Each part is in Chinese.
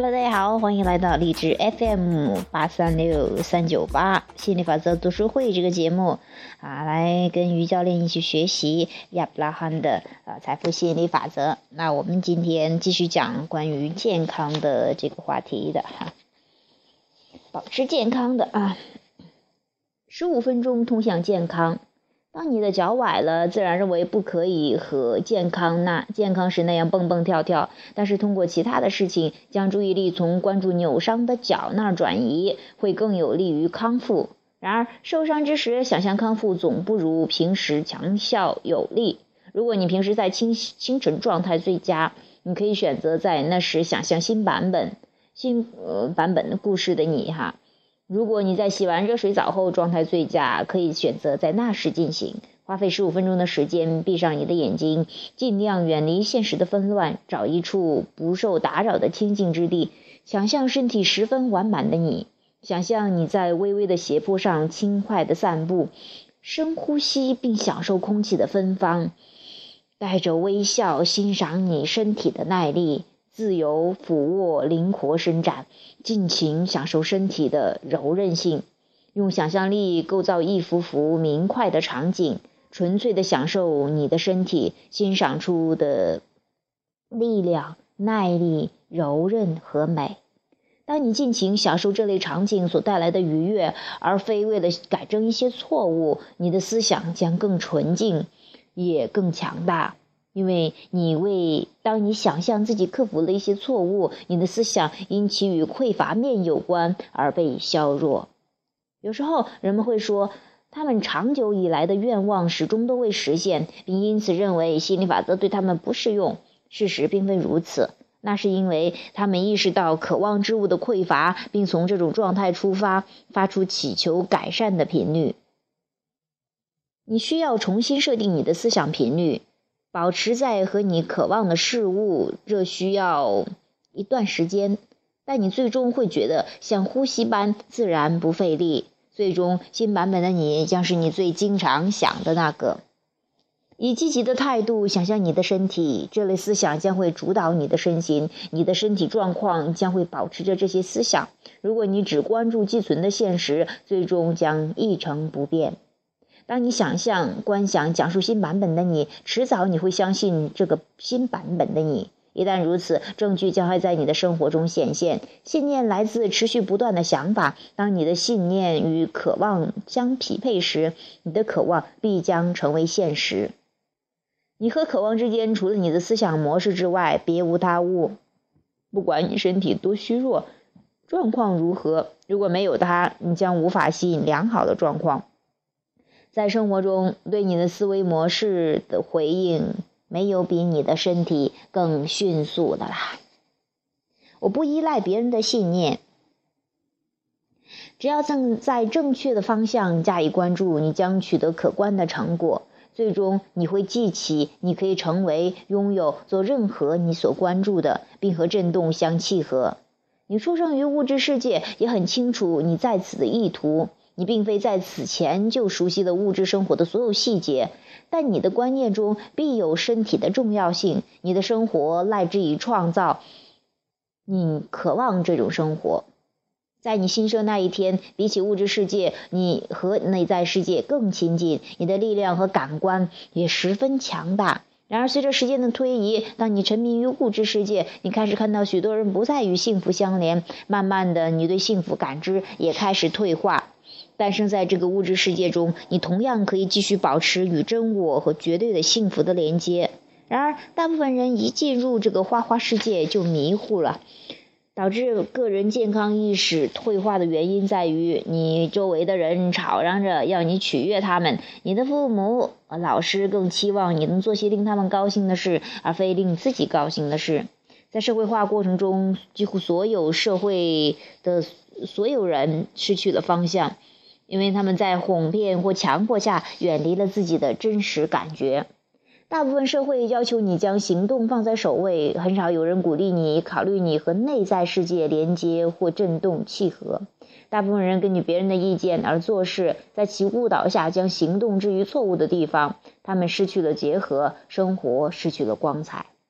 Hello， 大家好，欢迎来到励志 FM836398心理法则读书会这个节目来跟于教练一起学习亚伯拉罕的财富吸引力法则。那我们今天继续讲关于健康的这个话题的保持健康的15分钟通向健康。当你的脚崴了，自然认为不可以和健康时那样蹦蹦跳跳，但是通过其他的事情将注意力从关注扭伤的脚那儿转移，会更有利于康复。然而受伤之时想象康复总不如平时强效有力。如果你平时在清晨状态最佳，你可以选择在那时想象新版本的故事的你如果你在洗完热水澡后状态最佳，可以选择在那时进行，花费15分钟的时间，闭上你的眼睛，尽量远离现实的纷乱，找一处不受打扰的清静之地，想象身体十分完满的你，想象你在微微的斜坡上轻快的散步，深呼吸并享受空气的芬芳，带着微笑欣赏你身体的耐力，自由俯卧，灵活伸展，尽情享受身体的柔韧性，用想象力构造一幅幅明快的场景，纯粹的享受你的身体欣赏出的力量、耐力、柔韧和美。当你尽情享受这类场景所带来的愉悦，而非为了改正一些错误，你的思想将更纯净，也更强大。因为当你想象自己克服了一些错误，你的思想因其与匮乏面有关而被削弱。有时候人们会说，他们长久以来的愿望始终都未实现，并因此认为心理法则对他们不适用。事实并非如此，那是因为他们意识到渴望之物的匮乏，并从这种状态出发，发出祈求改善的频率。你需要重新设定你的思想频率，保持在和你渴望的事物，这需要一段时间，但你最终会觉得像呼吸般自然不费力。最终新版本的你将是你最经常想的那个。以积极的态度想象你的身体，这类思想将会主导你的身心，你的身体状况将会保持着这些思想。如果你只关注既存的现实，最终将一成不变。当你想象、观想、讲述新版本的你，迟早你会相信这个新版本的你。一旦如此，证据将会在你的生活中显现。信念来自持续不断的想法，当你的信念与渴望相匹配时，你的渴望必将成为现实。你和渴望之间除了你的思想模式之外，别无他物。不管你身体多虚弱，状况如何，如果没有它，你将无法吸引良好的状况。在生活中，对你的思维模式的回应，没有比你的身体更迅速的啦。我不依赖别人的信念，只要在正确的方向加以关注，你将取得可观的成果。最终你会记起，你可以成为、拥有、做任何你所关注的，并和振动相契合。你出生于物质世界，也很清楚你在此的意图。你并非在此前就熟悉了物质生活的所有细节，但你的观念中必有身体的重要性。你的生活赖之于创造，你渴望这种生活。在你新生那一天，比起物质世界，你和内在世界更亲近，你的力量和感官也十分强大。然而随着时间的推移，当你沉迷于物质世界，你开始看到许多人不再与幸福相连，慢慢的你对幸福感知也开始退化。诞生在这个物质世界中，你同样可以继续保持与真我和绝对的幸福的连接。然而大部分人一进入这个花花世界就迷糊了，导致个人健康意识退化的原因在于，你周围的人吵嚷着要你取悦他们，你的父母、老师更期望你能做些令他们高兴的事，而非令自己高兴的事。在社会化过程中，几乎所有社会的所有人失去了方向，因为他们在哄骗或强迫下远离了自己的真实感觉。大部分社会要求你将行动放在首位，很少有人鼓励你考虑你和内在世界连接或振动契合。大部分人根据别人的意见而做事，在其误导下将行动置于错误的地方，他们失去了结合，生活失去了光彩。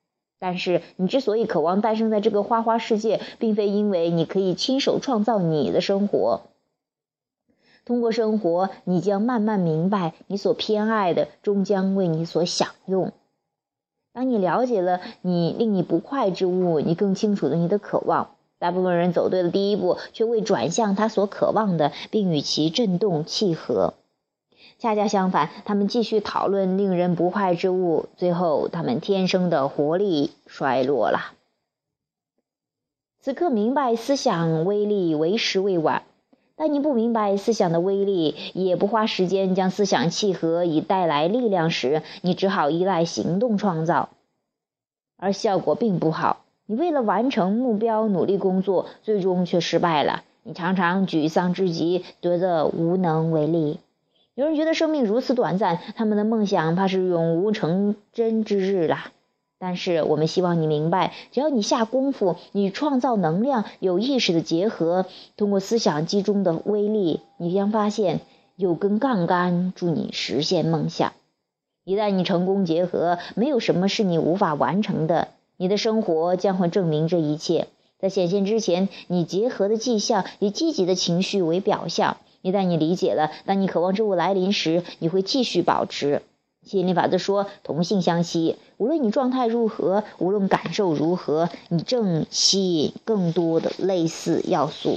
但是你之所以渴望诞生在这个花花世界，并非因为你可以亲手创造你的生活。通过生活，你将慢慢明白，你所偏爱的终将为你所享用。当你了解了你令你不快之物，你更清楚了你的渴望。大部分人走对了第一步，却未转向他所渴望的，并与其振动契合。恰恰相反，他们继续讨论令人不快之物，最后他们天生的活力衰落了。此刻明白思想威力为时未晚。当你不明白思想的威力，也不花时间将思想契合以带来力量时，你只好依赖行动创造，而效果并不好。你为了完成目标努力工作，最终却失败了。你常常沮丧至极，觉得无能为力。有人觉得生命如此短暂，他们的梦想怕是永无成真之日啦。但是我们希望你明白，只要你下功夫，你创造能量有意识的结合，通过思想集中的威力，你将发现有根杠杆助你实现梦想。一旦你成功结合，没有什么是你无法完成的。你的生活将会证明这一切。在显现之前，你结合的迹象以积极的情绪为表象。一旦你理解了，当你渴望之物来临时，你会继续保持。吸引力法则说，同性相吸，无论你状态如何，无论感受如何，你正吸引更多的类似要素。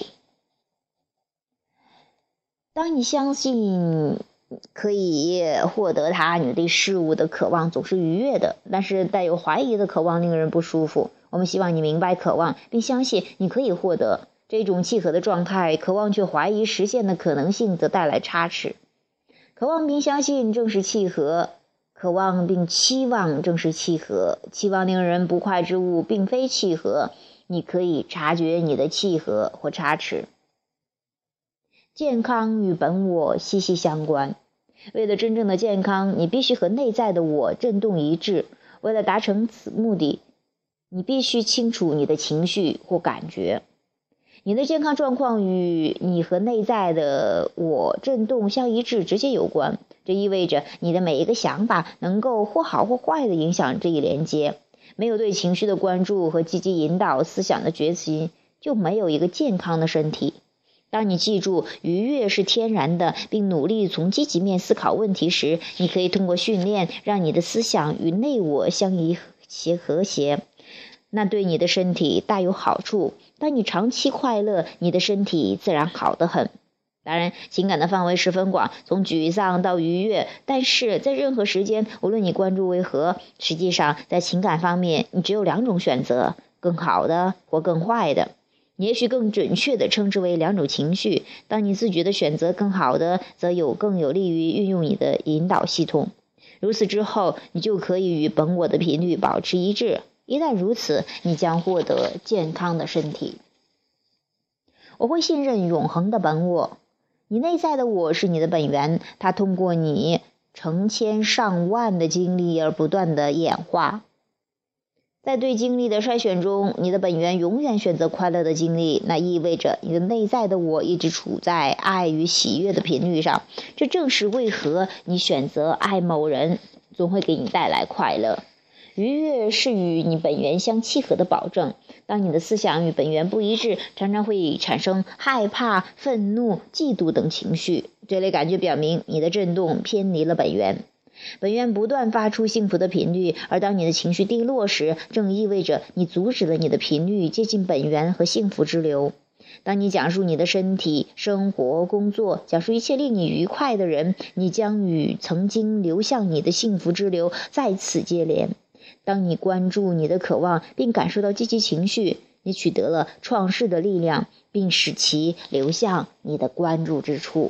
当你相信可以获得它，你对事物的渴望总是愉悦的，但是带有怀疑的渴望令人不舒服。我们希望你明白渴望，并相信你可以获得。这种契合的状态，渴望却怀疑实现的可能性，则带来差池。渴望并相信正是契合，渴望并期望正是契合，期望令人不快之物并非契合。你可以察觉你的契合或差池。健康与本我息息相关。为了真正的健康，你必须和内在的我振动一致。为了达成此目的，你必须清楚你的情绪或感觉。你的健康状况与你和内在的我振动相一致直接有关，这意味着你的每一个想法能够或好或坏地影响这一连接。没有对情绪的关注和积极引导思想的觉醒，就没有一个健康的身体。当你记住愉悦是天然的，并努力从积极面思考问题时，你可以通过训练让你的思想与内我相和谐，那对你的身体大有好处。当你长期快乐，你的身体自然好得很。当然，情感的范围十分广，从沮丧到愉悦，但是在任何时间，无论你关注为何，实际上在情感方面，你只有两种选择，更好的或更坏的。也许更准确地称之为两种情绪。当你自觉地选择更好的，则更有利于运用你的引导系统。如此之后，你就可以与本我的频率保持一致。一旦如此，你将获得健康的身体。我会信任永恒的本我。你内在的我是你的本源，它通过你成千上万的经历而不断的演化。在对经历的筛选中，你的本源永远选择快乐的经历，那意味着你的内在的我一直处在爱与喜悦的频率上。这正是为何你选择爱某人，总会给你带来快乐。愉悦是与你本源相契合的保证。当你的思想与本源不一致，常常会产生害怕、愤怒、嫉妒等情绪。这类感觉表明你的振动偏离了本源。本源不断发出幸福的频率，而当你的情绪低落时，正意味着你阻止了你的频率接近本源和幸福之流。当你讲述你的身体、生活、工作，讲述一切令你愉快的人，你将与曾经流向你的幸福之流再次接连。当你关注你的渴望并感受到积极情绪，你取得了创世的力量，并使其流向你的关注之处。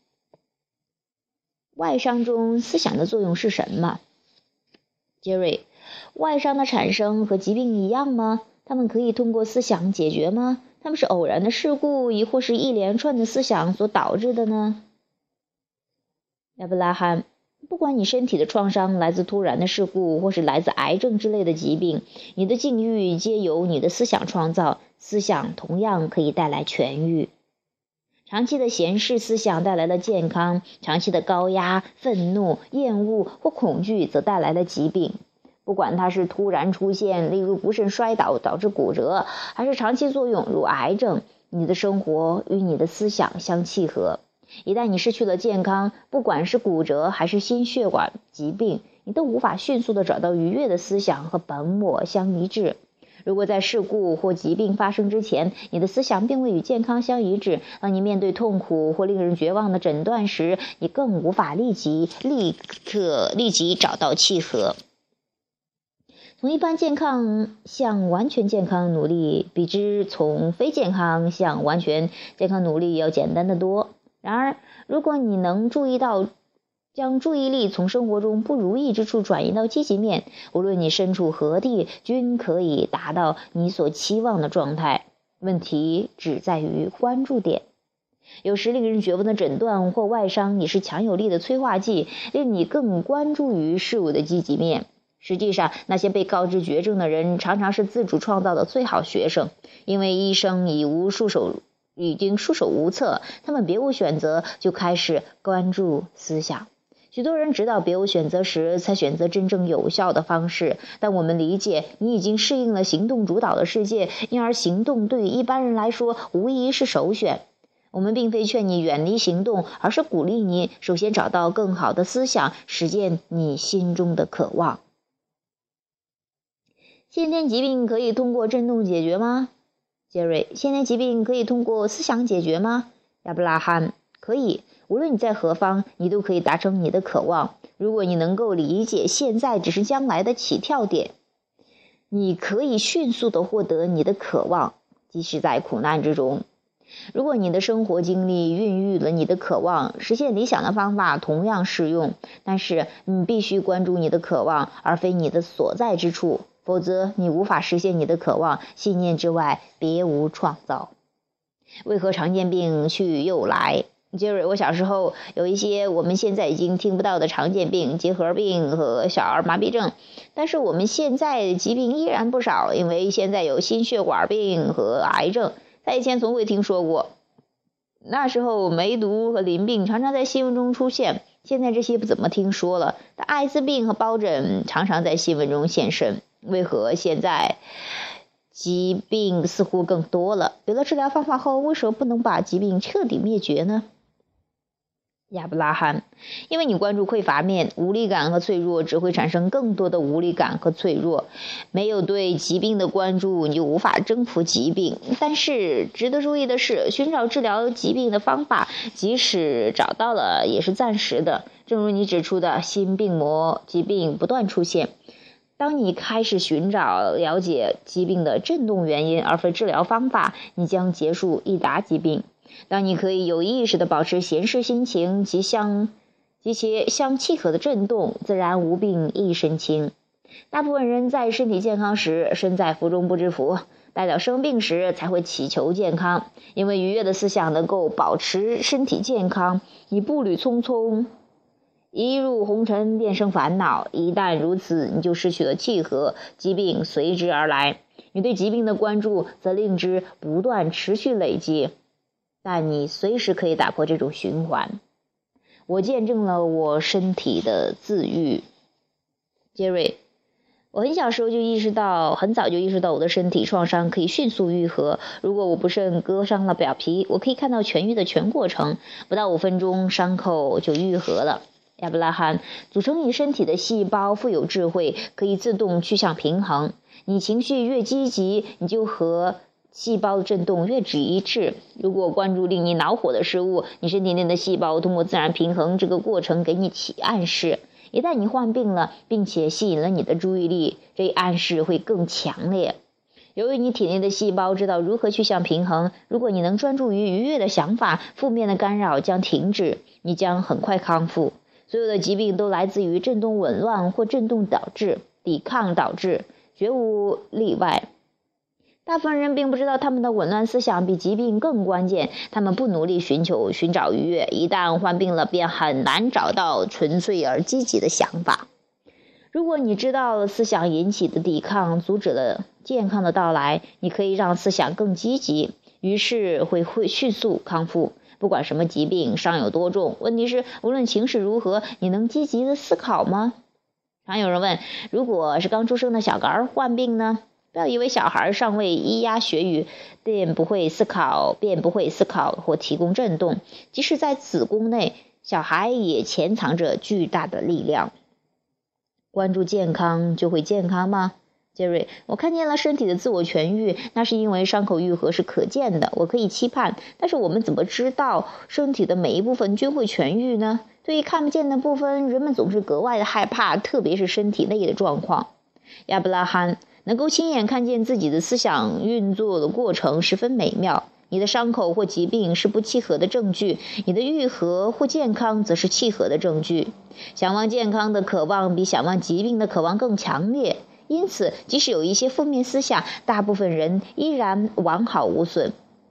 外伤中思想的作用是什么？杰瑞，外伤的产生和疾病一样吗？他们可以通过思想解决吗？他们是偶然的事故，亦或是一连串的思想所导致的呢？亚伯拉罕，不管你身体的创伤来自突然的事故，或是来自癌症之类的疾病，你的境遇皆由你的思想创造，思想同样可以带来痊愈。长期的闲适思想带来了健康，长期的高压、愤怒、厌恶或恐惧则带来了疾病。 不管它是突然出现，例如不慎摔倒导致骨折，还是长期作用如癌症，你的生活与你的思想相契合。一旦你失去了健康，不管是骨折还是心血管疾病，你都无法迅速地找到愉悦的思想和本我相一致。如果在事故或疾病发生之前，你的思想并未与健康相一致，当你面对痛苦或令人绝望的诊断时，你更无法立即找到契合。从一般健康向完全健康努力，比之从非健康向完全健康努力要简单得多。然而，如果你能注意到将注意力从生活中不如意之处转移到积极面，无论你身处何地，均可以达到你所期望的状态。问题只在于关注点。有时令人绝望的诊断或外伤也是强有力的催化剂，令你更关注于事物的积极面。实际上，那些被告知绝症的人常常是自主创造的最好学生，因为医生已经束手无策，他们别无选择，就开始关注思想。许多人直到别无选择时才选择真正有效的方式，但我们理解你已经适应了行动主导的世界，因而行动对于一般人来说无疑是首选。我们并非劝你远离行动，而是鼓励你首先找到更好的思想，实践你心中的渴望。先天疾病可以通过振动解决吗？杰瑞，先天疾病可以通过思想解决吗？亚伯拉罕，可以。无论你在何方，你都可以达成你的渴望。如果你能够理解现在只是将来的起跳点，你可以迅速地获得你的渴望，即使在苦难之中。如果你的生活经历孕育了你的渴望，实现理想的方法同样适用，但是你必须关注你的渴望，而非你的所在之处，否则你无法实现你的渴望。信念之外别无创造。为何常见病去又来？杰瑞，我小时候有一些我们现在已经听不到的常见病，结核病和小儿麻痹症，但是我们现在疾病依然不少，因为现在有心血管病和癌症，在以前从未听说过。那时候梅毒和淋病常常在新闻中出现，现在这些不怎么听说了，但艾滋病和疱疹常常在新闻中现身。为何现在疾病似乎更多了？有了治疗方法后，为什么不能把疾病彻底灭绝呢？亚伯拉罕，因为你关注匮乏面，无力感和脆弱只会产生更多的无力感和脆弱。没有对疾病的关注，你就无法征服疾病。但是值得注意的是，寻找治疗疾病的方法，即使找到了也是暂时的。正如你指出的，新病魔疾病不断出现。当你开始寻找了解疾病的振动原因而非治疗方法，你将结束易达疾病。当你可以有意识地保持闲适心情及其相契合的振动，自然无病一身轻。大部分人在身体健康时身在福中不知福，待到生病时才会祈求健康。因为愉悦的思想能够保持身体健康，你步履匆匆，一入红尘便生烦恼，一旦如此，你就失去了契合，疾病随之而来。你对疾病的关注则令之不断持续累积，但你随时可以打破这种循环。我见证了我身体的自愈。杰瑞，我很早就意识到我的身体创伤可以迅速愈合。如果我不慎割伤了表皮，我可以看到痊愈的全过程，不到5分钟伤口就愈合了。亚伯拉罕，组成你身体的细胞富有智慧，可以自动趋向平衡。你情绪越积极，你就和细胞的振动越一致。如果关注令你恼火的事物，你身体内的细胞通过自然平衡这个过程给你起暗示。一旦你患病了，并且吸引了你的注意力，这一暗示会更强烈。由于你体内的细胞知道如何趋向平衡，如果你能专注于愉悦的想法，负面的干扰将停止，你将很快康复。所有的疾病都来自于振动紊乱或振动抵抗导致，绝无例外。大部分人并不知道他们的紊乱思想比疾病更关键，他们不努力寻找愉悦，一旦患病了便很难找到纯粹而积极的想法。如果你知道思想引起的抵抗阻止了健康的到来，你可以让思想更积极，于是会迅速康复。不管什么疾病，伤有多重，问题是无论情势如何，你能积极的思考吗？ 常有人问，如果是刚出生的小孩患病呢？不要以为小孩尚未咿呀学语，便不会思考或提供震动。即使在子宫内，小孩也潜藏着巨大的力量。关注健康就会健康吗？杰瑞，我看见了身体的自我痊愈，那是因为伤口愈合是可见的，我可以期盼。但是我们怎么知道身体的每一部分均会痊愈呢？对于看不见的部分，人们总是格外的害怕，特别是身体内的状况。亚伯拉罕能够亲眼看见自己的思想运作的过程十分美妙。你的伤口或疾病是不契合的证据，你的愈合或健康则是契合的证据。想望健康的渴望比想望疾病的渴望更强烈，因此即使有一些负面思想，大部分人依然完好无损。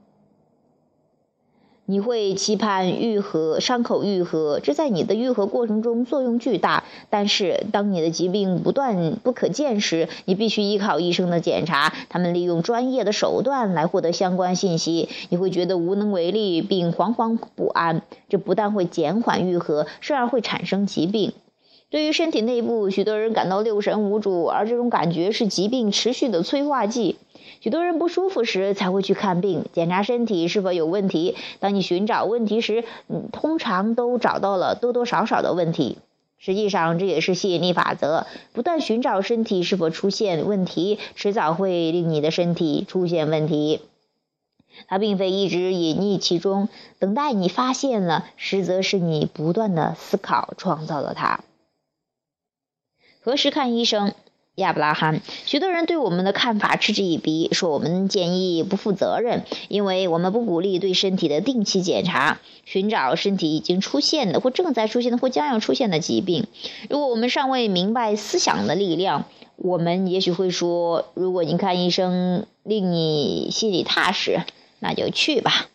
你会期盼伤口愈合，这在你的愈合过程中作用巨大。但是当你的疾病不断不可见时，你必须依靠医生的检查，他们利用专业的手段来获得相关信息。你会觉得无能为力并惶惶不安，这不但会减缓愈合，甚而会产生疾病。对于身体内部，许多人感到六神无主，而这种感觉是疾病持续的催化剂。许多人不舒服时才会去看病，检查身体是否有问题。当你寻找问题时，通常都找到了多多少少的问题。实际上，这也是吸引力法则，不断寻找身体是否出现问题，迟早会令你的身体出现问题。它并非一直隐匿其中，等待你发现了，实则是你不断的思考创造了它。何时看医生？亚伯拉罕，许多人对我们的看法嗤之以鼻，说我们建议不负责任，因为我们不鼓励对身体的定期检查，寻找身体已经出现的或正在出现的或将要出现的疾病。如果我们尚未明白思想的力量，我们也许会说，如果您看医生令你心里踏实，那就去吧。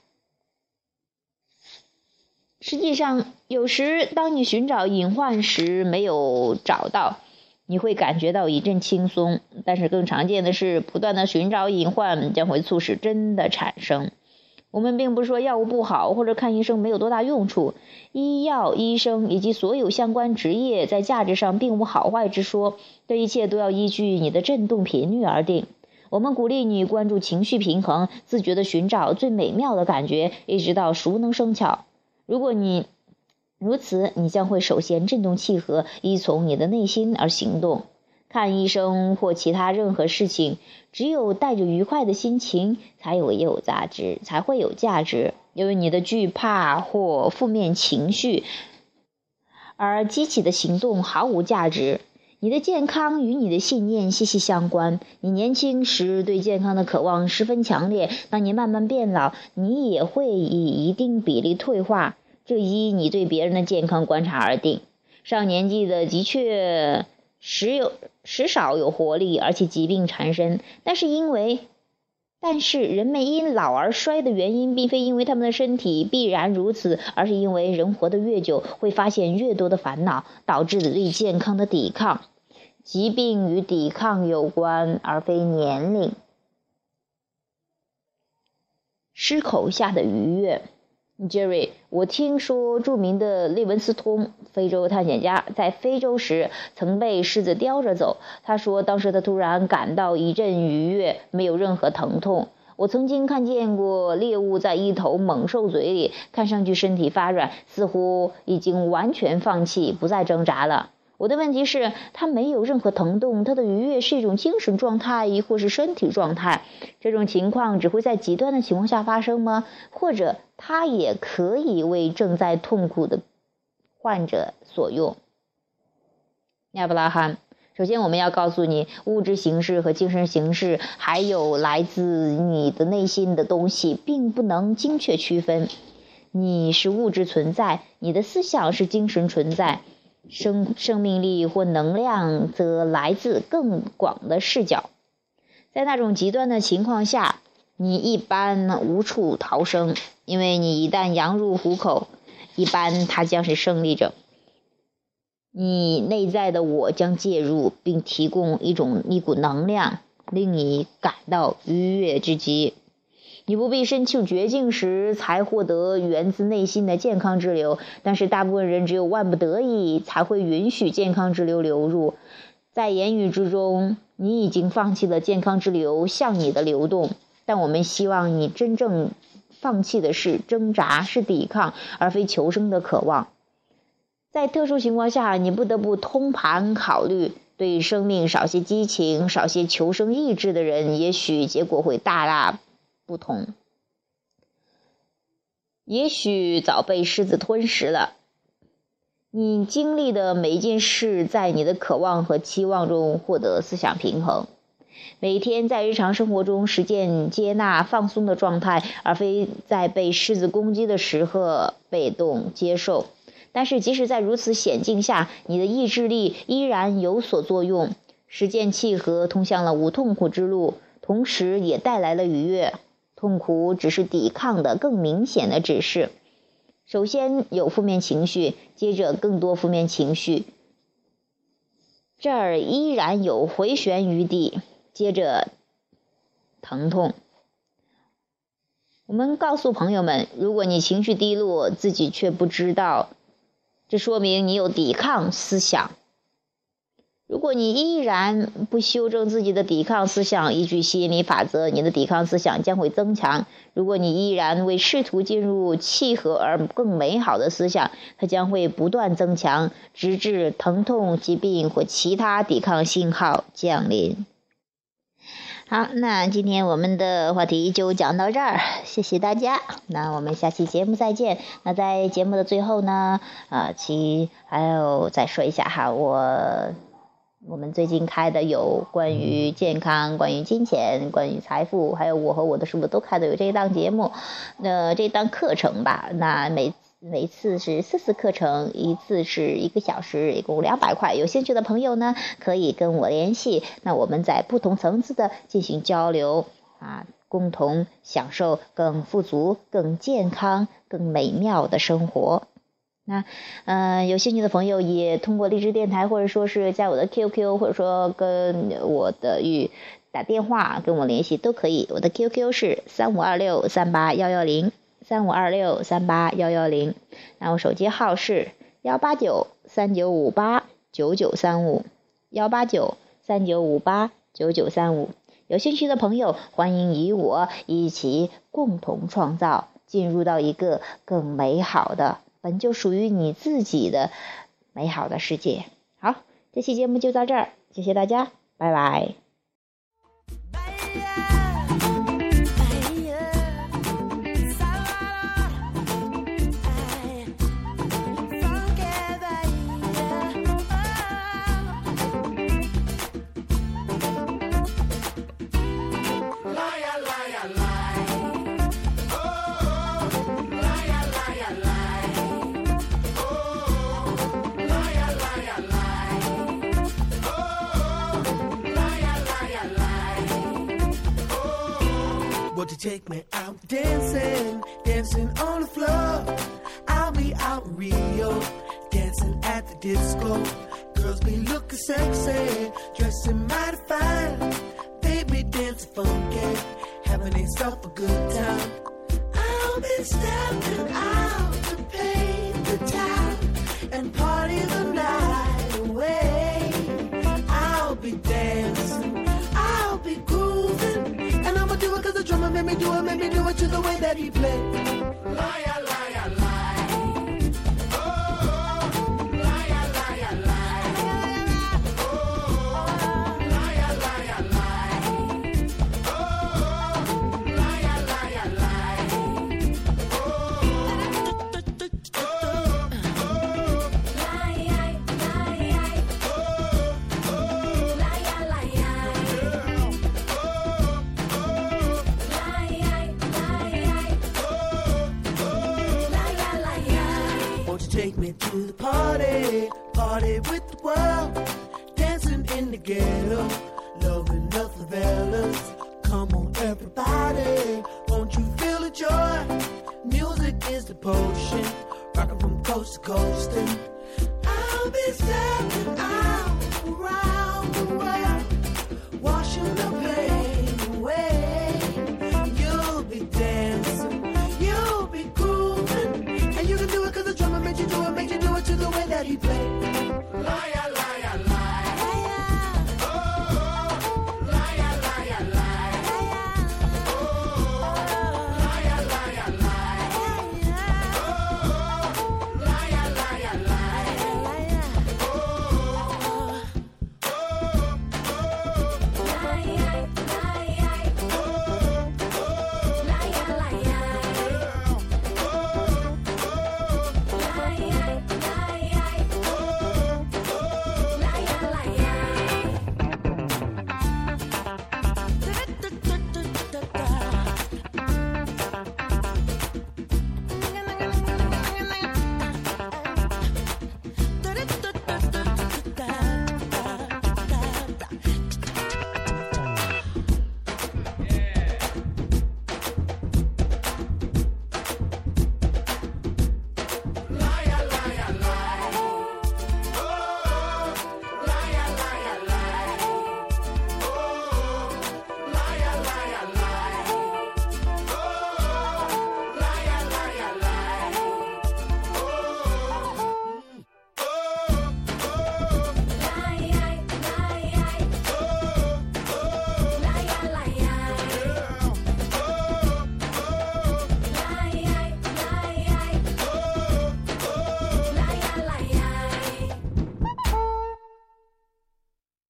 实际上，有时当你寻找隐患时没有找到，你会感觉到一阵轻松，但是更常见的是，不断的寻找隐患将会促使真的产生。我们并不是说药物不好或者看医生没有多大用处，医药、医生以及所有相关职业在价值上并无好坏之说，这一切都要依据你的振动频率而定。我们鼓励你关注情绪平衡，自觉地寻找最美妙的感觉，一直到熟能生巧。如果你如此，你将会首先振动契合，依从你的内心而行动。看医生或其他任何事情，只有带着愉快的心情才会有价值。因为你的惧怕或负面情绪而激起的行动毫无价值。你的健康与你的信念息息相关。你年轻时对健康的渴望十分强烈，当你慢慢变老，你也会以一定比例退化，这依你对别人的健康观察而定。上年纪的确时少有活力，而且疾病缠身，但是人们因老而衰的原因并非因为他们的身体必然如此，而是因为人活得越久，会发现越多的烦恼，导致的对健康的抵抗。疾病与抵抗有关，而非年龄。狮口下的愉悦。Jerry， 我听说著名的利文斯通，非洲探险家，在非洲时曾被狮子叼着走。他说当时他突然感到一阵愉悦，没有任何疼痛。我曾经看见过猎物在一头猛兽嘴里，看上去身体发软，似乎已经完全放弃，不再挣扎了。我的问题是，他没有任何疼痛，他的愉悦是一种精神状态，亦或是身体状态？这种情况只会在极端的情况下发生吗？或者它也可以为正在痛苦的患者所用？亚伯拉罕，首先我们要告诉你，物质形式和精神形式，还有来自你的内心的东西，并不能精确区分。你是物质存在，你的思想是精神存在。生命力或能量则来自更广的视角。在那种极端的情况下，你一般无处逃生，因为你一旦羊入虎口，一般它将是胜利者。你内在的我将介入，并提供一股能量，令你感到愉悦之极。 你不必身处绝境时才获得源自内心的健康之流，但是大部分人只有万不得已才会允许健康之流流入。在言语之中，你已经放弃了健康之流向你的流动，但我们希望你真正放弃的是挣扎，是抵抗，而非求生的渴望。在特殊情况下，你不得不通盘考虑，对生命少些激情，少些求生意志的人，也许结果会大大不同。也许早被狮子吞食了。你经历的每一件事，在你的渴望和期望中获得思想平衡。每天在日常生活中实践接纳放松的状态，而非在被狮子攻击的时刻被动接受。但是即使在如此险境下，你的意志力依然有所作用，实践契合通向了无痛苦之路，同时也带来了愉悦。痛苦只是抵抗的更明显的指示。首先有负面情绪，接着更多负面情绪，这儿依然有回旋余地，接着疼痛。我们告诉朋友们，如果你情绪低落，自己却不知道，这说明你有抵抗思想。如果你依然不修正自己的抵抗思想，依据吸引力法则，你的抵抗思想将会增强。如果你依然未试图进入契合而更美好的思想，它将会不断增强，直至疼痛、疾病或其他抵抗信号降临。好，那今天我们的话题就讲到这儿，谢谢大家。那我们下期节目再见。那在节目的最后呢，还有再说一下哈，我们最近开的有关于健康、关于金钱、关于财富，还有我和我的师傅都开的有这一档节目，这一档课程吧。那每次是4次课程，一次是1个小时，一共200块。有兴趣的朋友呢，可以跟我联系。那我们在不同层次的进行交流共同享受更富足、更健康、更美妙的生活。那有兴趣的朋友也通过荔枝电台，或者说是加我的 QQ， 或者说跟我的打电话跟我联系都可以。我的 QQ 是3526381103， 3526381103。那我手机号是18939589935， 18939589935。有兴趣的朋友欢迎与我一起共同创造，进入到一个更美好的本就属于你自己的美好的世界。好，这期节目就到这儿，谢谢大家，拜拜。 Won't you take me out dancing, dancing on the floor? I'll be out in Rio, dancing at the disco. Girls be looking sexy, dressing mighty fine. They be dancing funky, having themselves a good time. I'll be stepping out to pay the time and party the night away. I'll be dancing, I'll be grooving, and I'ma do it 'cause the drummer made me do it to the way that he play. Liar, liar, lie. Oh, liar, liar, lie. Oh, liar, liar, lie. Oh, liar, liar, lie. Take me to the party, party with the world, dancing in the ghetto, loving the favelas. Come on everybody, won't you feel the joy? Music is the potion, rocking from coast to coast.